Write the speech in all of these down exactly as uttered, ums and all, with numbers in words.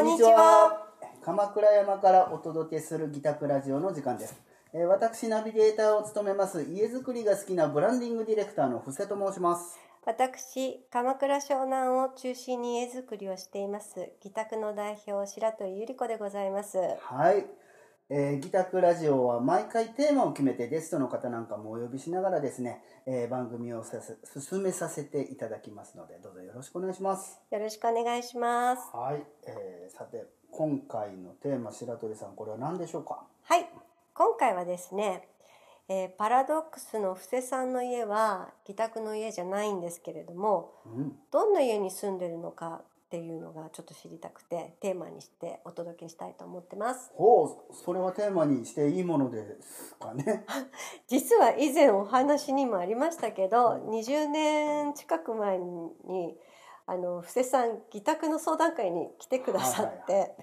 にちは。鎌倉山からお届けするギタクラジオの時間です。えー、私ナビゲーターを務めます家づくりが好きなブランディングディレクターの布施と申します。 私鎌倉湘南を中心に家づくりをしていますギタクの代表白鳥ゆり子でございます。 はい、えー、ギタクラジオは毎回テーマを決めてゲストの方なんかもお呼びしながらですね、えー、番組をさせ進めさせていただきますので、どうぞよろしくお願いします。 よろしくお願いします。 はい、えー、さて今回のテーマ、白鳥さん、これは何でしょうか？ はい、今回はですね、えー、パラドックスの布施さんの家はギタクの家じゃないんですけれども、うん、どんな家に住んでるのかっていうのがちょっと知りたくてテーマにしてお届けしたいと思ってます。 ほう、それはテーマにしていいものですかね？ 実は以前お話にもありましたけど、うん、にじゅうねん近く前にあの布施さんギタクの相談会に来てくださって、はいはいはい、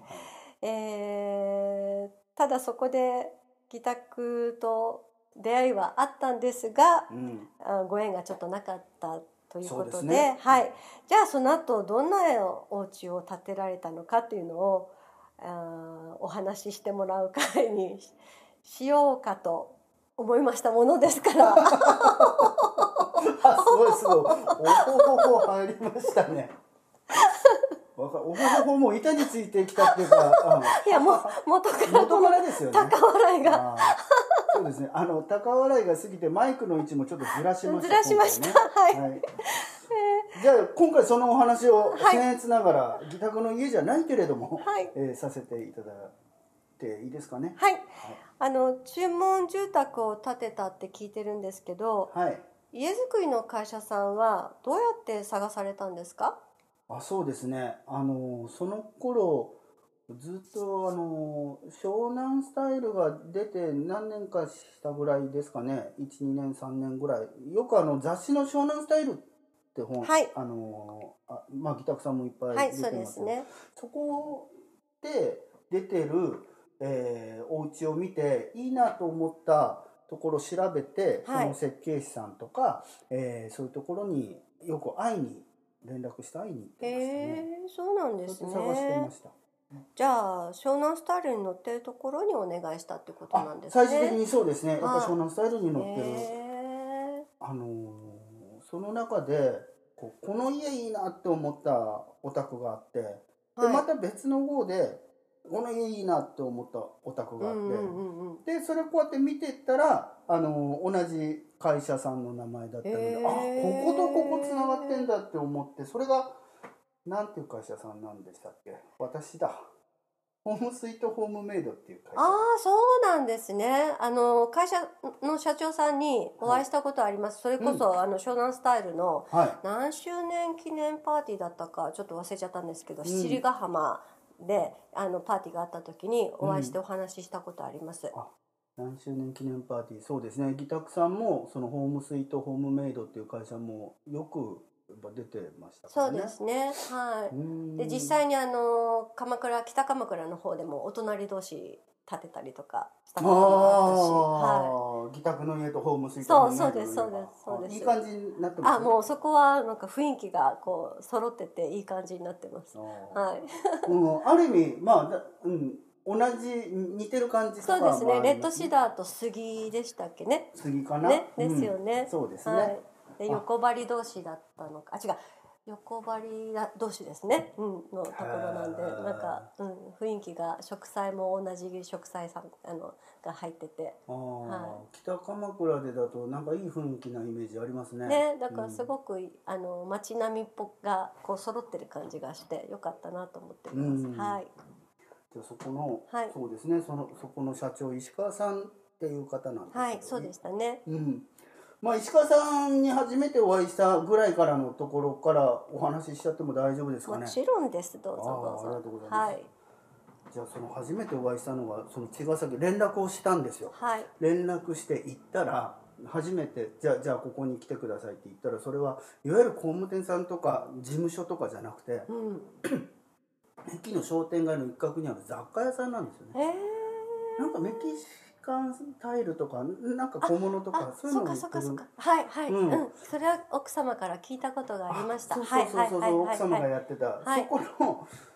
えー、ただそこでギタクと出会いはあったんですが、うん、ご縁がちょっとなかったということ で, で、ね、はい、じゃあその後どんなお家を建てられたのかというのをあお話ししてもらう会にしようかと思いましたものですからあ、すごいすごい、おほほほ入りましたね。おほほほも板についてきたっていうか、 いやもう元から元からですよね。 高笑いがそうですね、あの高笑いが過ぎてマイクの位置もちょっとずらしました。 ずらしました、ね、はい、はい、 えー、じゃあ今回そのお話を僭越ながら、はい、ギタクの家じゃないけれども、はい、えー、させていただいていいですかね？ はい、はい、あの注文住宅を建てたって聞いてるんですけど、はい、家づくりの会社さんはどうやって探されたんですか？ あ、そうですね、あのその頃ずっとあの湘南スタイルが出て何年かしたぐらいですかね、いち、にねん、さんねんぐらい、よくあの雑誌の湘南スタイルって本、はい、あのあまあギタクさんもいっぱい出てます、はい、そうですね、そこで出てる、えー、お家を見ていいなと思ったところを調べて、はい、その設計士さんとか、えー、そういうところによく会いに連絡して会いに行ってましたね。 へー、そうなんですね。 そうやって探してました。 じゃあ湘南スタイルに乗ってるところにお願いしたってことなんですね。 最終的にそうですね、やっぱ湘南スタイルに乗ってる、あのー、その中で こ, この家いいなって思ったお宅があって、で、はい、また別の号でこの家いいなって思ったお宅があって、うんうんうん、でそれこうやって見てったら、あのー、同じ会社さんの名前だったので、あ、こことここつながってんだって思って、それがなんていう会社さんなんでしたっけ？私だ。ホームスイートホームメイドっていう会社。 ああ、そうなんですね。あの会社の社長さんにお会いしたことあります。はい、それこそ、うん、あの湘南スタイルの何周年記念パーティーだったかちょっと忘れちゃったんですけど、うん、七里ヶ浜であのパーティーがあった時にお会いしてお話ししたことあります。うん、あ、 何周年記念パーティー、そうですね。ギタクさんもそのホームスイートホームメイドっていう会社もよく出てましたからね。 そうですね、はい。で実際にあの鎌倉北鎌倉の方でもお隣同士建てたりとかしたこともあったし、 はい、ギタクの家とホームスイートホームメイドの家が、 そうそうですそうですそうです。 いい感じになってます、ね。 あ、もうそこはなんか雰囲気がこう揃ってていい感じになってます。はい。 うん、ある意味まあ、うん、同じ似てる感じとかもありますね。 そうですね。レッドシダーと杉でしたっけね。 杉かな。 ね、ですよね。 うん、そうですね。 はい、で横張り同士だったのか、あ、違う、横張り同士ですね、うん、のところなんで、なんか、うん、雰囲気が植栽も同じ植栽さんあのが入ってて、 あ、はい、北鎌倉でだとなんかいい雰囲気なイメージありますね。 ね、だからすごく、うん、あの街並みっぽがこう揃ってる感じがしてよかったなと思ってます。うん、はい。 じゃあそこの、はい、そうですね、そのそこの社長石川さんっていう方なんですけど、ね、 はい、そうでしたね。 うん。まあ、石川さんに初めてお会いしたぐらいからのところからお話ししちゃっても大丈夫ですかね？ もちろんです、どうぞどうぞ。 あ、ありがとうございます。はい、じゃあその初めてお会いしたのがその茅ヶ崎、連絡をしたんですよ。はい、連絡して行ったら初めてじゃあじゃあここに来てくださいって言ったら、それはいわゆる工務店さんとか事務所とかじゃなくて、うん、駅の商店街の一角にある雑貨屋さんなんですよね。へー、なんかメキシタイルとかなんか小物とかそういうのを売ってる。そうかそうかそうか、はいはい、うんうん、それは奥様から聞いたことがありました。そうそうそうそう、奥様がやってた、はい、そこの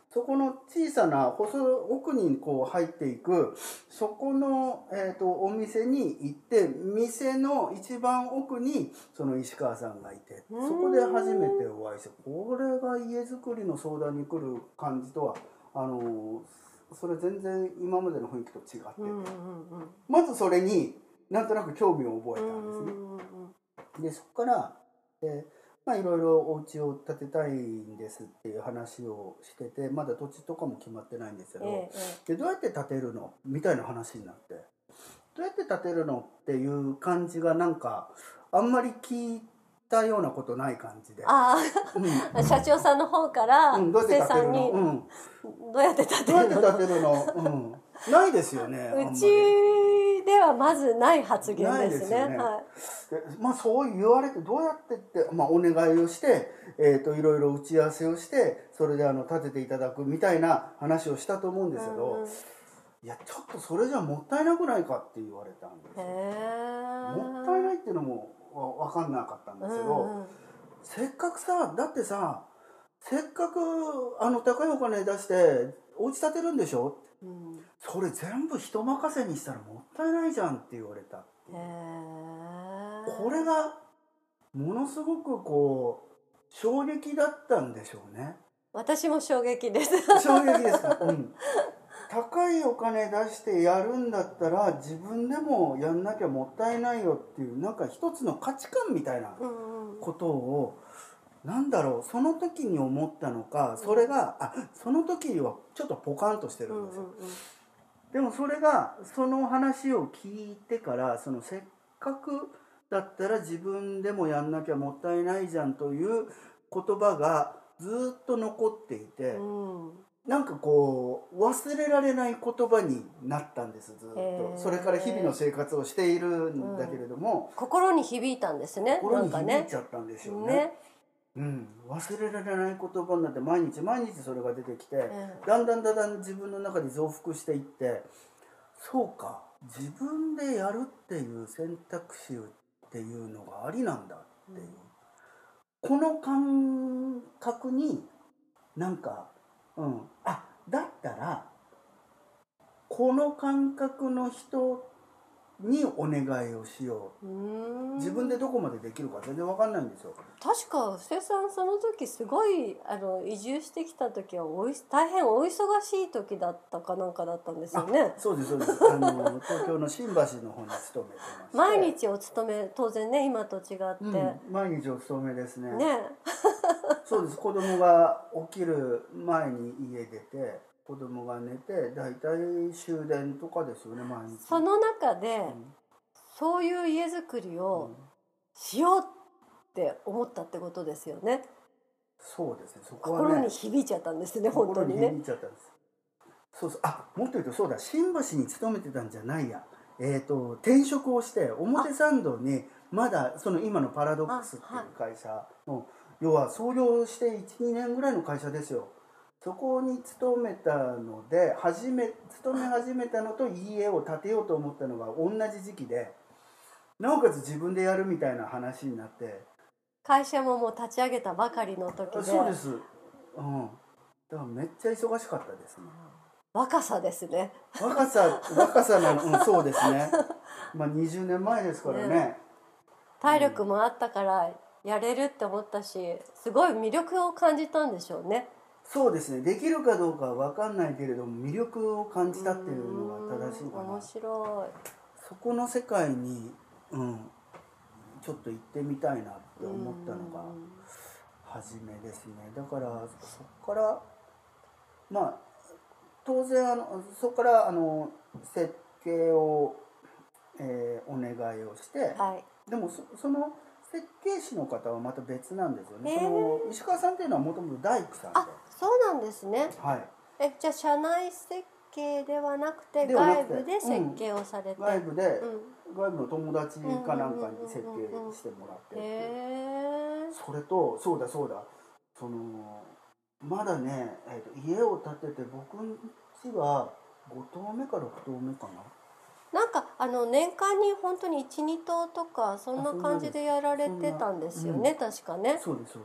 そこの小さな細奥にこう入っていくそこの、えーと、お店に行って店の一番奥にその石川さんがいて、そこで初めてお会いして、これが家づくりの相談に来る感じとはあのそれ全然今までの雰囲気と違ってて、うんうんうん、まずそれになんとなく興味を覚えたんですね、うんうんうん、でそこからでまあ、いろいろお家を建てたいんですっていう話をしてて、まだ土地とかも決まってないんですけど、ええ、でどうやって建てるのみたいな話になって、どうやって建てるのっていう感じがなんかあんまり聞いたようなことない感じで、 あ、うん、社長さんの方から布施さんにどうやって建てるの、 どうやって建てるの、うん、ないですよね。 うちではまずない発言ですね。ないですよね、はい、 でまあ、そう言われてどうやってって、まあ、お願いをして、えー、といろいろ打ち合わせをしてそれであの建てていただくみたいな話をしたと思うんですけど、うんうん、いやちょっとそれじゃもったいなくないかって言われたんですよ。もったいないっていうのも分かんなかったんですけど、うんうん、せっかくさだってさせっかくあの高いお金出してお家建てるんでしょ、うん、それ全部人任せにしたらもったいないじゃんって言われた。へー、これがものすごくこう衝撃だったんでしょうね。 私も衝撃です。 衝撃ですか、うん、高いお金出してやるんだったら自分でもやんなきゃもったいないよっていうなんか一つの価値観みたいなことを、うんうん、なんだろうその時に思ったのか、それがあその時はちょっとポカンとしてるんですよ、うんうんうん、でもそれがその話を聞いてからそのせっかくだったら自分でもやんなきゃもったいないじゃんという言葉がずっと残っていて、うん、なんかこう忘れられない言葉になったんです。ずっとそれから日々の生活をしているんだけれども、 うん、心に響いたんですね。 心に響いちゃったんでしょうね。ね、うん、忘れられない言葉になって毎日毎日それが出てきて、うん、だんだんだんだん自分の中に増幅していって、そうか自分でやるっていう選択肢っていうのがありなんだっていう、うん、この感覚になんか、うん、あだったらこの感覚の人にお願いをしよう。うーん、自分でどこまでできるか全然わかんないんですよ。 確か布施さんその時すごいあの移住してきた時はおい大変お忙しい時だったかなんかだったんですよね。 そうですそうです。あの東京の新橋の方に勤めてまして。 毎日お勤め当然ね今と違って、うん、 毎日お勤めですね。 ね。 そうです。子供が起きる前に家出て。子供が寝てだいたい終電とかですよね毎日。 その中で、うん、そういう家づくりをしようって思ったってことですよね。 そうですね。そこはね、 心に響いちゃったんですね本当にね。 心に響いちゃったんです。そうそう、あもっと言うとそうだ新橋に勤めてたんじゃないや。えっと転職をして表参道にまだその今のパラドックスっていう会社の、はい、要は創業していちにねんぐらいの会社ですよ。そこに勤めたので始め勤め始めたのと家を建てようと思ったのが同じ時期で、なおかつ自分でやるみたいな話になって、 会社ももう立ち上げたばかりの時で。 そうです、うん、だからめっちゃ忙しかったですね。 若さですね。 若さ若さなの、うん、そうですね。まあにじゅうねんまえですからね。ね、 体力もあったからやれるって思ったし、すごい魅力を感じたんでしょうね。 そうですね。できるかどうかは分かんないけれども魅力を感じたっていうのが正しいかな。 面白い。 そこの世界に、うん、ちょっと行ってみたいなって思ったのが初めですね。だからそこからまあ当然あのそこからあの設計を、えー、お願いをして、はい、でも そ, その設計士の方はまた別なんですよね。その石川さんっていうのはもともと大工さんで。 あ、そうなんですね。 はい。 え、じゃあ社内設計ではなくて外部で設計をされて、うん、 外部で、うん、外部の友達かなんかに設計してもらってて、へそれとそうだそうだそのまだね、えー、と家を建てて僕ん家はご棟目かろく棟目かな。 なんかあの年間に本当にいち、に棟とかそんな感じでやられてたんですよね、うん、確かね。 そうですそうです。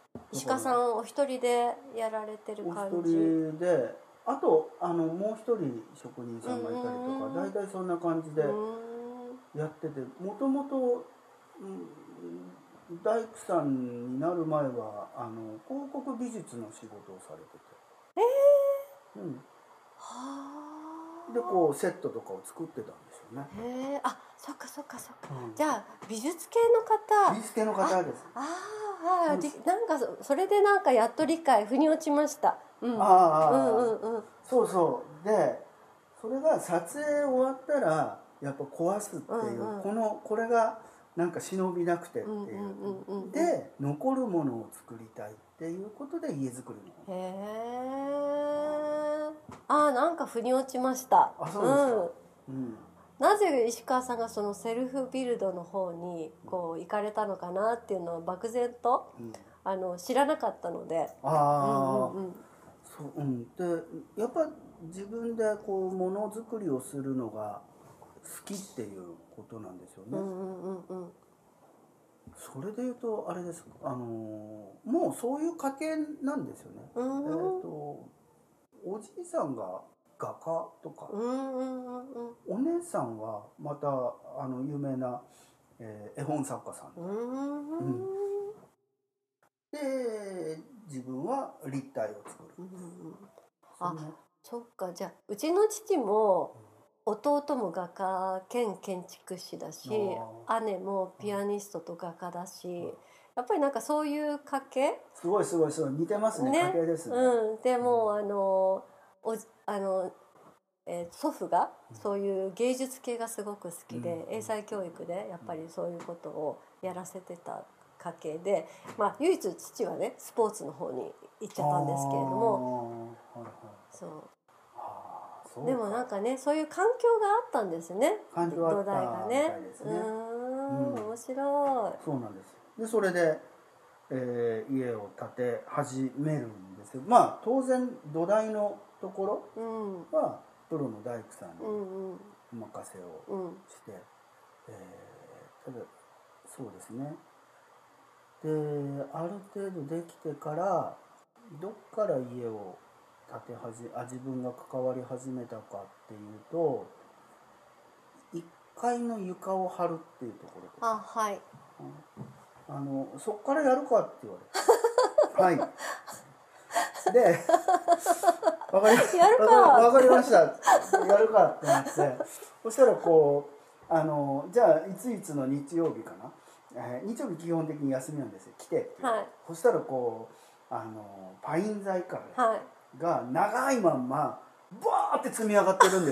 石川さんお一人でやられてる感じ？ お一人で、あとあのもう一人職人さんがいたりとか、大体そんな感じでやってて、もともと大工さんになる前はあの広告美術の仕事をされてて、えーうん、はでこうセットとかを作ってたんですよね。 へえ、あ、そっかそっかそっか、うん、じゃあ美術系の方美術系の方です。 ああ、なんかそれでなんかやっと理解腑に落ちました、うん、 ああ、うんうんうん、そうそうで、それが撮影終わったらやっぱ壊すっていう、うんうん、このこれがなんか忍びなくてっていう、で残るものを作りたいっていうことで家づくりの。 へえ、ああ、なんか腑に落ちました。 あ、そうですか、うんうん、 なぜ石川さんがそのセルフビルドの方にこう行かれたのかなっていうのを漠然と、うん、あの知らなかったので。 ああ、うんうんうん、そう、うん、でやっぱ自分でこうものづくりをするのが好きっていうことなんですよね。うんうんうんうん、それでいうとあれです、あのー、もうそういう家系なんですよね。うん、えーと、おじいさんが画家とか、うんうんうんうん、お姉さんはまたあの有名な、えー、絵本作家さんで、うんうん、で自分は立体を作る、うんうん、 あ、そっか、じゃあうちの父も、うん、弟も画家兼建築士だし、姉もピアニストと画家だし、うん、やっぱりなんかそういう家系、 すごいすごいすごい似てますね、ね、家系ですね、 うん、でも、うん、あのおあの、えー、祖父がそういう芸術系がすごく好きで、うん、英才教育でやっぱりそういうことをやらせてた家系で、まあ、唯一父はねスポーツの方に行っちゃったんですけれども、はいはい、そうでもなんかね、そういう環境があったんですね、 環境あったみたいですね。 うーん、面白い。 そうなんです。でそれで、えー、家を建て始めるんですよ。まあ当然土台のところはプロの大工さんにお任せをして、うんうん、えー、ただそうですね。である程度できてからどっから家を建てはじあ自分が関わり始めたかっていうと、いっかいの床を張るっていうところとか、 あ、はい、 うん、あのそっからやるかって言われてはいで分かりやるか分かりましたやるかってなって、そしたらこうあのじゃあいついつの日曜日かな、えー、日曜日基本的に休みなんですよ、来てって、はい、そしたらこうあのパイン材壁が長いまんまバーって積み上がってるんですよ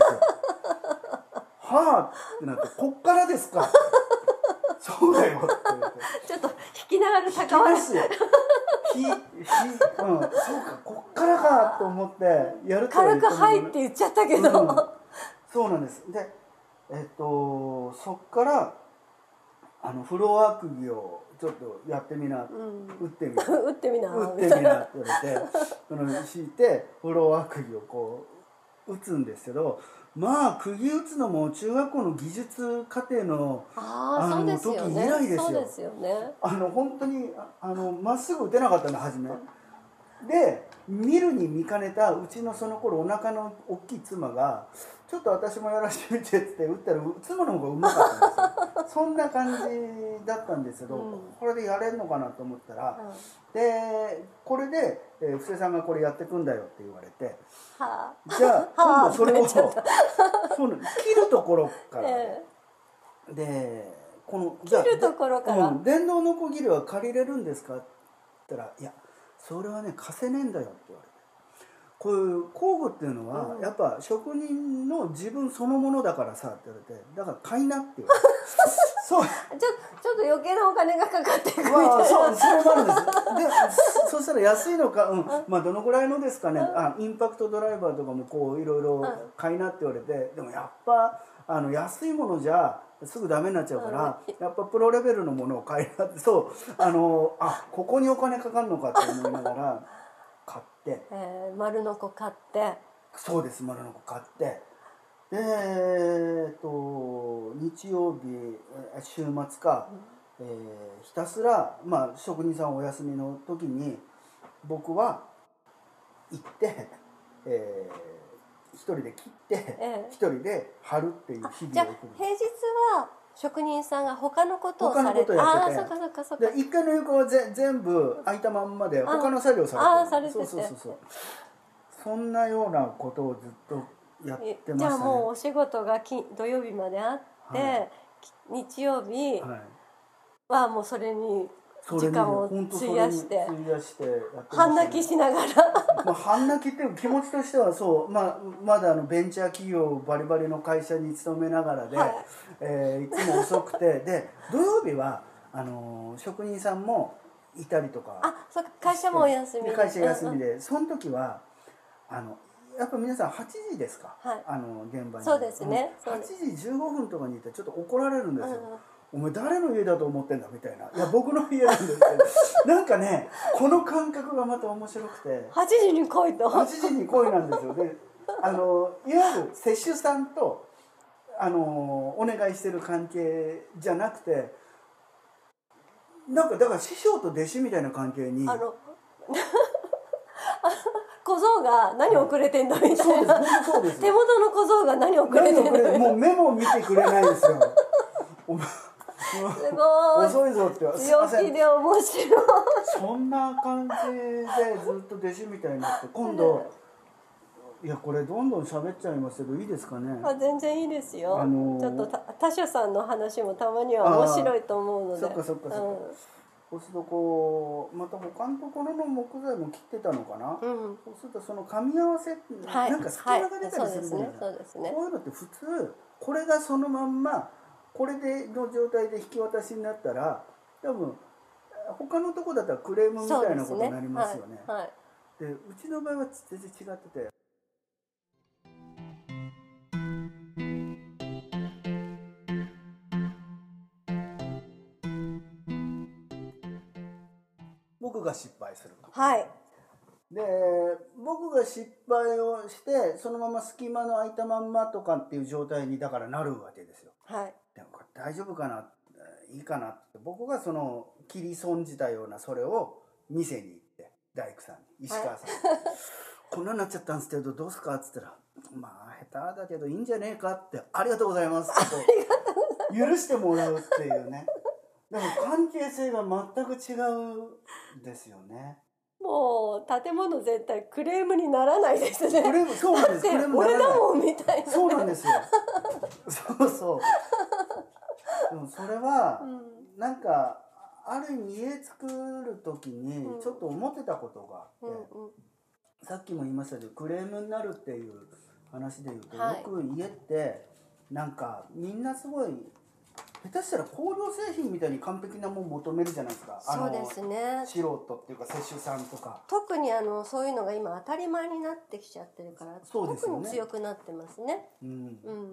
はぁってなって、こっからですかそうだよって言ってちょっと引きながら高まる引きますよひひ、うん、そうか、こっからかと思ってやると軽く「はい」って言っちゃったけど、うん、 そうなんです。でえっとそっからあのフロア釘をちょっとやってみな、うん、打ってみな打ってみな打ってみなって言われてその敷いてフロア釘をこう打つんですけど、まあ釘打つのも中学校の技術課程のああの時以来ですよ。そうですよね。 あの本当にあのまっすぐ打てなかったの初めで、見るに見かねたうちのその頃お腹の大きい妻がちょっと私もやらせてみてって打ったら妻の方がうまかったんですよそんな感じだったんですけど、うん、これでやれるのかなと思ったら、うん、でこれで、えー、布施さんがこれやってくんだよって言われて、はあ、じゃあ今度それをそう切るところから、えー、でこのじゃあ切るところから、 うん、電動ノコギリは借りれるんですかって言ったら、いやそれはね貸せねえんだよって言われて、こういう工具っていうのはやっぱ職人の自分そのものだからさって言われて、だから買いなって言われてそうちょ、 ちょっと余計なお金がかかってくるみたいな、 まあ、そう、それもあるんですでそしたら安いのか、うん、まあどのぐらいのですかね、あインパクトドライバーとかもこういろいろ買いなって言われて、でもやっぱあの安いものじゃすぐダメになっちゃうから、やっぱプロレベルのものを買いなって、そうあのあここにお金かかるのかって思いながら買って、 えー、丸のこ買って、 そうです、丸のこ買って、でえー、っと日曜日週末か、 えー、ひたすら、まあ、職人さんお休みの時に僕は行って、えー、一人で切って、ええ、一人で貼るっていう日々を送る。 じゃあ平日は職人さんが他のことをされて、 他のことやってて、あ、そっかそっかそっか。で一回の床はぜ全部空いたまんまで他の作業されてる。 ああ、されてて。そうそうそうそう。 そんなようなことをずっとやってましたね。 じゃあもうお仕事がき土曜日まであって、はい、日曜日はもうそれに時間を費やして半泣きしながらまあ半泣きっていう気持ちとしてはそう、まあ、まだあのベンチャー企業バリバリの会社に勤めながらで、はい、えー、いつも遅くてで土曜日はあのー、職人さんもいたりとか、 あ、そうか、会社もお休みで、 会社休みで、うんうん、その時はあのやっぱ皆さんはちじですか、はい、あの現場に。 そうですね、 うん、はちじじゅうごふんとかにいてちょっと怒られるんですよ、うん、お前誰の家だと思ってんだみたいな。いや僕の家なんですけどなんかねこの感覚がまた面白くて、 はちじに来いとはちじに来いなんですよ。であのいわゆる施主さんとあのお願いしてる関係じゃなくて、なんかだから師匠と弟子みたいな関係に、あの小僧が何遅れてんだみたいな、そうです、手元の小僧が何遅れてんだみたいな、 もうメモ見てくれないですよすごい遅いぞって強気で面白いそんな感じでずっと弟子みたいになって、今度いやこれどんどん喋っちゃいますけどいいですかね。 あ、全然いいですよ、あのー、ちょっと他社さんの話もたまには面白いと思うので。 そっかそっかそっか、うん、そうするとこうまた他のところの木材も切ってたのかな、うん、そうするとその噛み合わせ、はい、なんか隙間が出たりするじゃないですか、はい、そうですね、そういうのって普通これがそのまんまこれでの状態で引き渡しになったら多分他のとこだったらクレームみたいなことになりますよね。はいはい、でうちの場合は全然違ってて、僕が失敗すると。 はい。 で僕が失敗をしてそのまま隙間の空いたまんまとかっていう状態にだからなるわけですよ。 はい。 でもこれ大丈夫かないいかなって僕がその切り損じたようなそれを店に行って大工さんに石川さんに、はい、こんなになっちゃったんですけどどうすかっつったら、まあ下手だけどいいんじゃねえかって、ありがとうございますって許してもらうっていうね。でも関係性が全く違うんですよね。 もう建物全体クレームにならないですね。 クレーム、そうなんです。クレームならない。 俺だもんみたいな、ね。 そうなんですよ。そうそう。でもそれは、うん、なんかある意味家作る時にちょっと思ってたことがあって、うんうん、さっきも言いましたけどクレームになるっていう話で言うと、はい、よく家ってなんかみんなすごい下手したら工業製品みたいに完璧なもん求めるじゃないですか。 そうですね。 素人っていうか施主さんとか。 特にあのそういうのが今当たり前になってきちゃってるから、そうですよね、特に強くなってますね。うん。うん、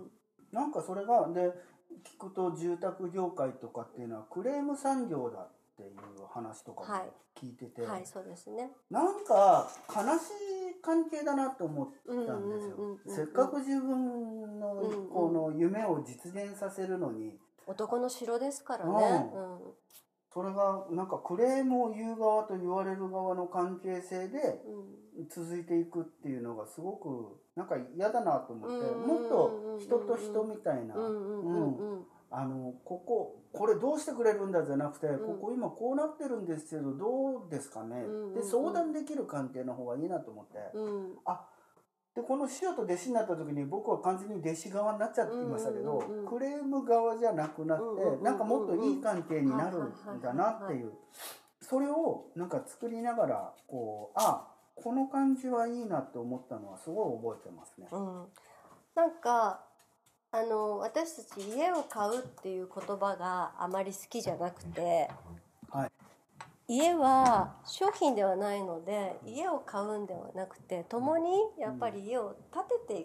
なんかそれがで聞くと住宅業界とかっていうのはクレーム産業だっていう話とかも聞いてて、 はい、はい、そうですね。 なんか悲しい関係だなと思ったんですよ。せっかく自分のこの夢を実現させるのに。 男の城ですからね、うんうん、 それがなんかクレームを言う側と言われる側の関係性で続いていくっていうのがすごくなんか嫌だなと思って、もっと人と人みたいな、あのこここれどうしてくれるんだじゃなくて、うん、ここ今こうなってるんですけどどうですかね、うんうんうん、で相談できる関係の方がいいなと思って、うん、あでこの師匠と弟子になった時に僕は完全に弟子側になっちゃってましたけど、うんうんうん、クレーム側じゃなくなって、うんうんうん、なんかもっといい関係になるんだなっていう、それをなんか作りながらこうあこの感じはいいなって思ったのはすごい覚えてますね。 うん、なんかあの私たち家を買うっていう言葉があまり好きじゃなくて、はい、家は商品ではないので家を買うんではなくて共にやっぱり家を建てていくっ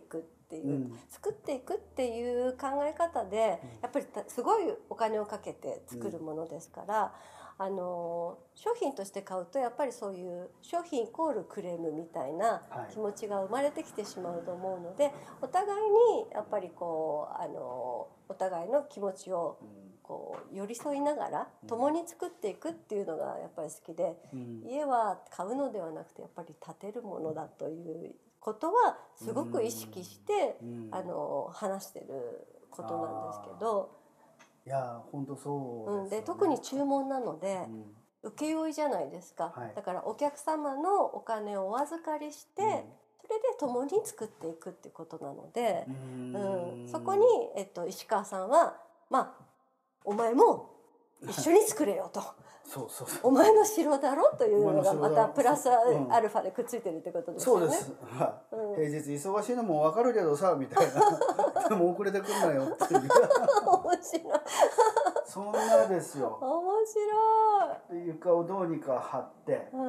っていう、 うん、 作っていくっていう考え方でやっぱりすごいお金をかけて作るものですから、うん、あの商品として買うとやっぱりそういう商品イコールクレームみたいな気持ちが生まれてきてしまうと思うので、お互いにやっぱりこうあのお互いの気持ちをこう寄り添いながら共に作っていくっていうのがやっぱり好きで、うん、家は買うのではなくてやっぱり建てるものだということはすごく意識して、うん、あの話してることなんですけど、 いや本当そうですよね、 うん、で特に注文なので、うん、請負いじゃないですか、はい、だからお客様のお金をお預かりして、うん、それで共に作っていくっていうことなので、うんうん、そこに、えっと、石川さんはまあお前も一緒に作れよとそうそうそう、 お前の城だろというのがまたプラスアルファでくっついてるってことですよね。 そうです、はい、うん、平日忙しいのも分かるけどさみたいなでも遅れてくんなよっていう面白いそんなですよ。 面白い。 床をどうにか張って、うん、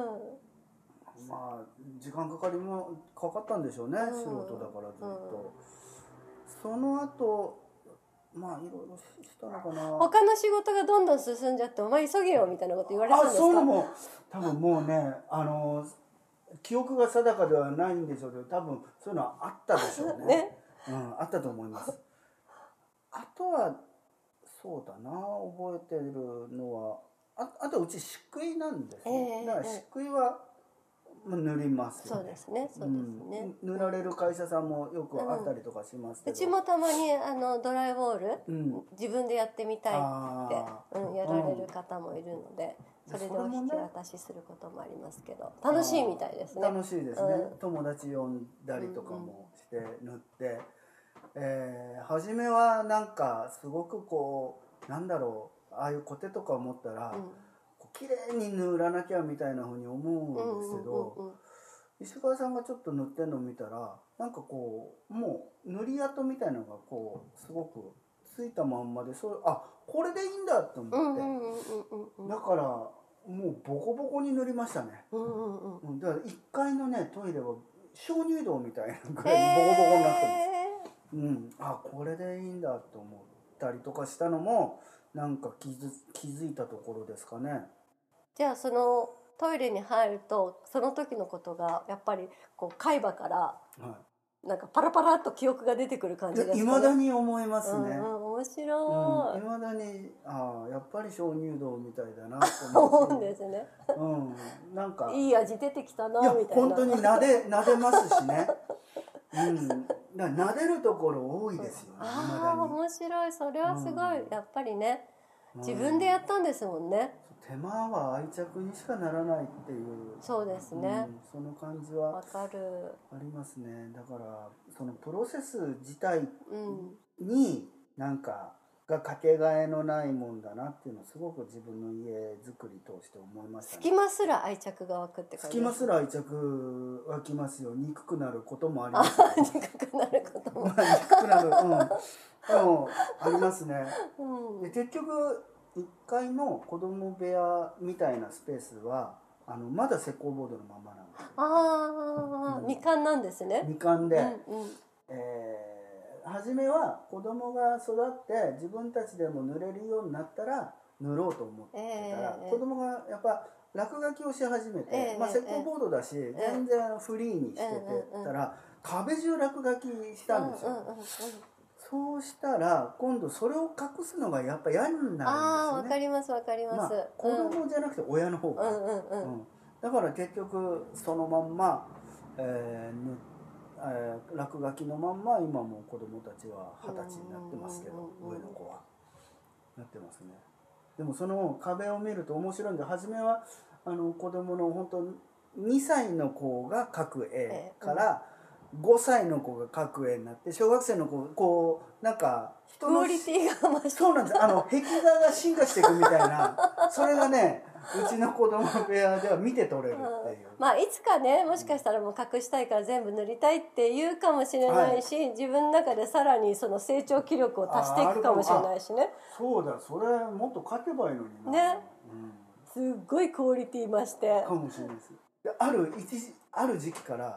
まあ時間かかりもかかったんでしょうね、うん、素人だからずっと、うん、その後まあいろいろしたのかな、 他の仕事がどんどん進んじゃってお前急げよみたいなこと言われたんですか？ あ、そういうのも多分もうね、あの記憶が定かではないんでしょうけど、多分そういうのはあったでしょうねね、うん、あったと思います。あとはそうだな、覚えてるのは あ, あとうち漆喰なんですね、えー、だから漆喰は塗りますよね。 そうですね、そうですね、 うん、塗られる会社さんもよくあったりとかしますけど、 うん、うちもたまにあのドライウォール、うん、自分でやってみたいって、うん、やられる方もいるので、それでお引き渡しすることもありますけど、楽しいみたいですね。 楽しいですね、うん、友達呼んだりとかもして塗って、うんうん、えー、初めはなんかすごくこうなんだろう、ああいうコテとか思ったら、うん、綺麗に塗らなきゃみたいな風に思うんですけど、うんうんうんうん、石川さんがちょっと塗ってんのを見たらなんかこうもう塗り跡みたいなのがこうすごくついたまんまで、そうあこれでいいんだと思って、うんうんうんうん、だからもうボコボコに塗りましたね、うんうんうん、だからいっかいのねトイレは鍾乳洞みたいなぐらいボコボコになってます、えーうん、あこれでいいんだと思ったりとかしたのもなんか気づ、気づいたところですかね。 じゃあそのトイレに入るとその時のことがやっぱりこう海馬からなんかパラパラっと記憶が出てくる感じですかね。 未だに思いますね、 うんうん、面白い、 うん、未だにあやっぱり鍾乳洞みたいだなと思うんですね、 うん、なんかいい味出てきたなみたいな。 本当に撫で、撫でますしねうん、だ撫でるところ多いですよね。 ああ面白い、それはすごい、うん、やっぱりね自分でやったんですもんね、 手間は愛着にしかならないっていう、 そうですね、 うん、その感じはわかるありますね。だからそのプロセス自体になんかがかけがえのないもんだなっていうのをすごく自分の家づくり通して思いましたね。 隙間すら愛着が湧くって感じです。 隙間すら愛着湧きますよ。憎くなることもあります、ね、 あ憎くなることも、 まあ、憎くなる、うん、でもありますね、うん、で結局いっかいの子供部屋みたいなスペースはあのまだ石膏ボードのままなんですよ。 ああ、うん、未完なんですね。 未完で、うんうん、えー、初めは子供が育って自分たちでも塗れるようになったら塗ろうと思ってたら、えー、子供がやっぱ落書きをし始めて、えーまあ、石膏ボードだし、えー、全然フリーにしててたら、えー、壁中落書きしたんですよ、うんうんうんうん、そうしたら今度それを隠すのがやっぱ嫌になるんですよね。 ああ、わかりますわかります、まあ、 子供じゃなくて親の方が、うんうんうんうん、だから結局そのまんま、えーえー、落書きのまんま今も子供たちは二十歳になってますけど、上の子はなってますね。でもその壁を見ると面白いんで、初めはあの子供の本当にさいの子が描く絵から、えーうん、ごさいの子が描く絵になって小学生の子こうなんか人のクオリティが増して、 そうなんです、あの壁画が進化していくみたいなそれがねうちの子供部屋では見て取れるっていう、 うん、まあいつかねもしかしたらもう隠したいから全部塗りたいって言うかもしれないし、はい、自分の中でさらにその成長気力を足していくかもしれないしね。 そうだ、それもっと描けばいいのになね、うん、すっごいクオリティ増してかもしれないです。である一ある時期から、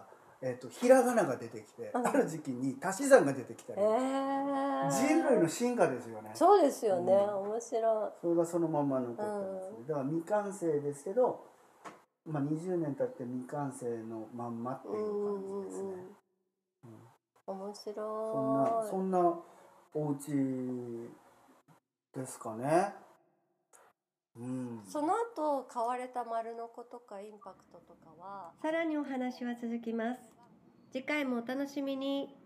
えー、とひらがなが出てきて、うん、ある時期に足し算が出てきたり、えー、人類の進化ですよね。 そうですよね、うん、面白い。 それがそのまま残ってますね、うん、だから未完成ですけど、まあ、にじゅうねん経って未完成のまんまっていう感じですね。 うん、面白い。 そんなそんなお家ですかね。うん、 その後買われた丸のことかインパクトとかはさらにお話は続きます。次回もお楽しみに。